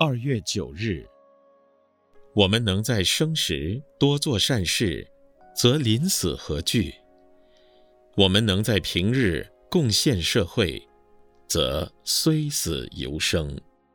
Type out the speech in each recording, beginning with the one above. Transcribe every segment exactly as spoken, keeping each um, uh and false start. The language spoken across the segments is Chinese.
二月九日，我们能在生时多做善事，则临死何惧？我们能在平日贡献社会，则虽死犹生。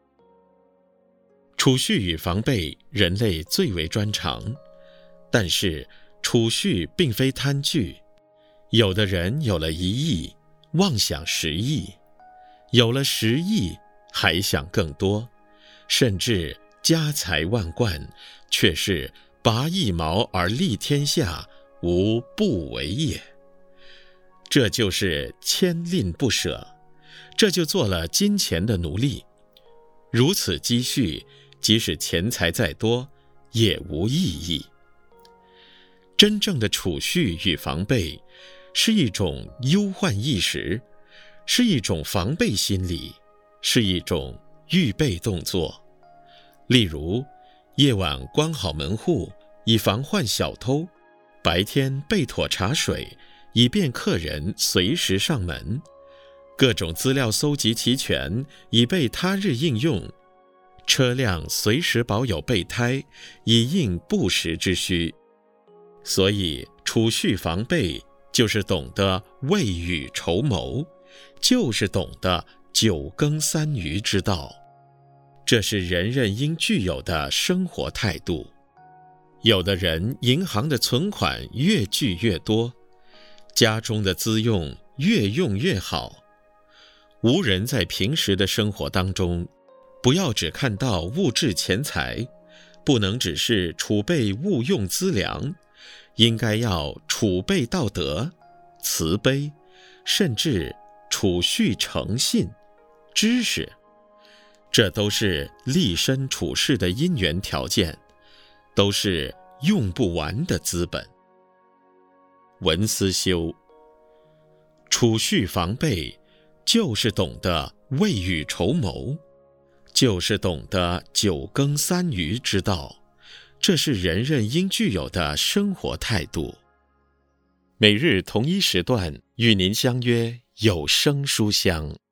储蓄与防备，人类最为专长，但是储蓄并非贪具。有的人有了一亿，妄想十亿；有了十亿，还想更多，甚至家财万贯，却是拔一毛而利天下，无不为也。这就是牵吝不舍，这就做了金钱的奴隶。如此积蓄，即使钱财再多，也无意义。真正的储蓄与防备，是一种忧患意识，是一种防备心理，是一种预备动作。例如，夜晚关好门户，以防患小偷；白天备妥茶水，以便客人随时上门；各种资料搜集齐全，以备他日应用；车辆随时保有备胎，以应不时之需。所以，储蓄防备就是懂得未雨绸缪，就是懂得九耕三耘之道。这是人人应具有的生活态度。有的人银行的存款越聚越多，家中的资用越用越好。无人在平时的生活当中，不要只看到物质钱财，不能只是储备物用资粮，应该要储备道德、慈悲，甚至储蓄诚信、知识。这都是立身处世的因缘条件，都是用不完的资本。文思修，储蓄防备，就是懂得未雨绸缪，就是懂得九耕三耘之道，这是人人应具有的生活态度。每日同一时段与您相约有声书香。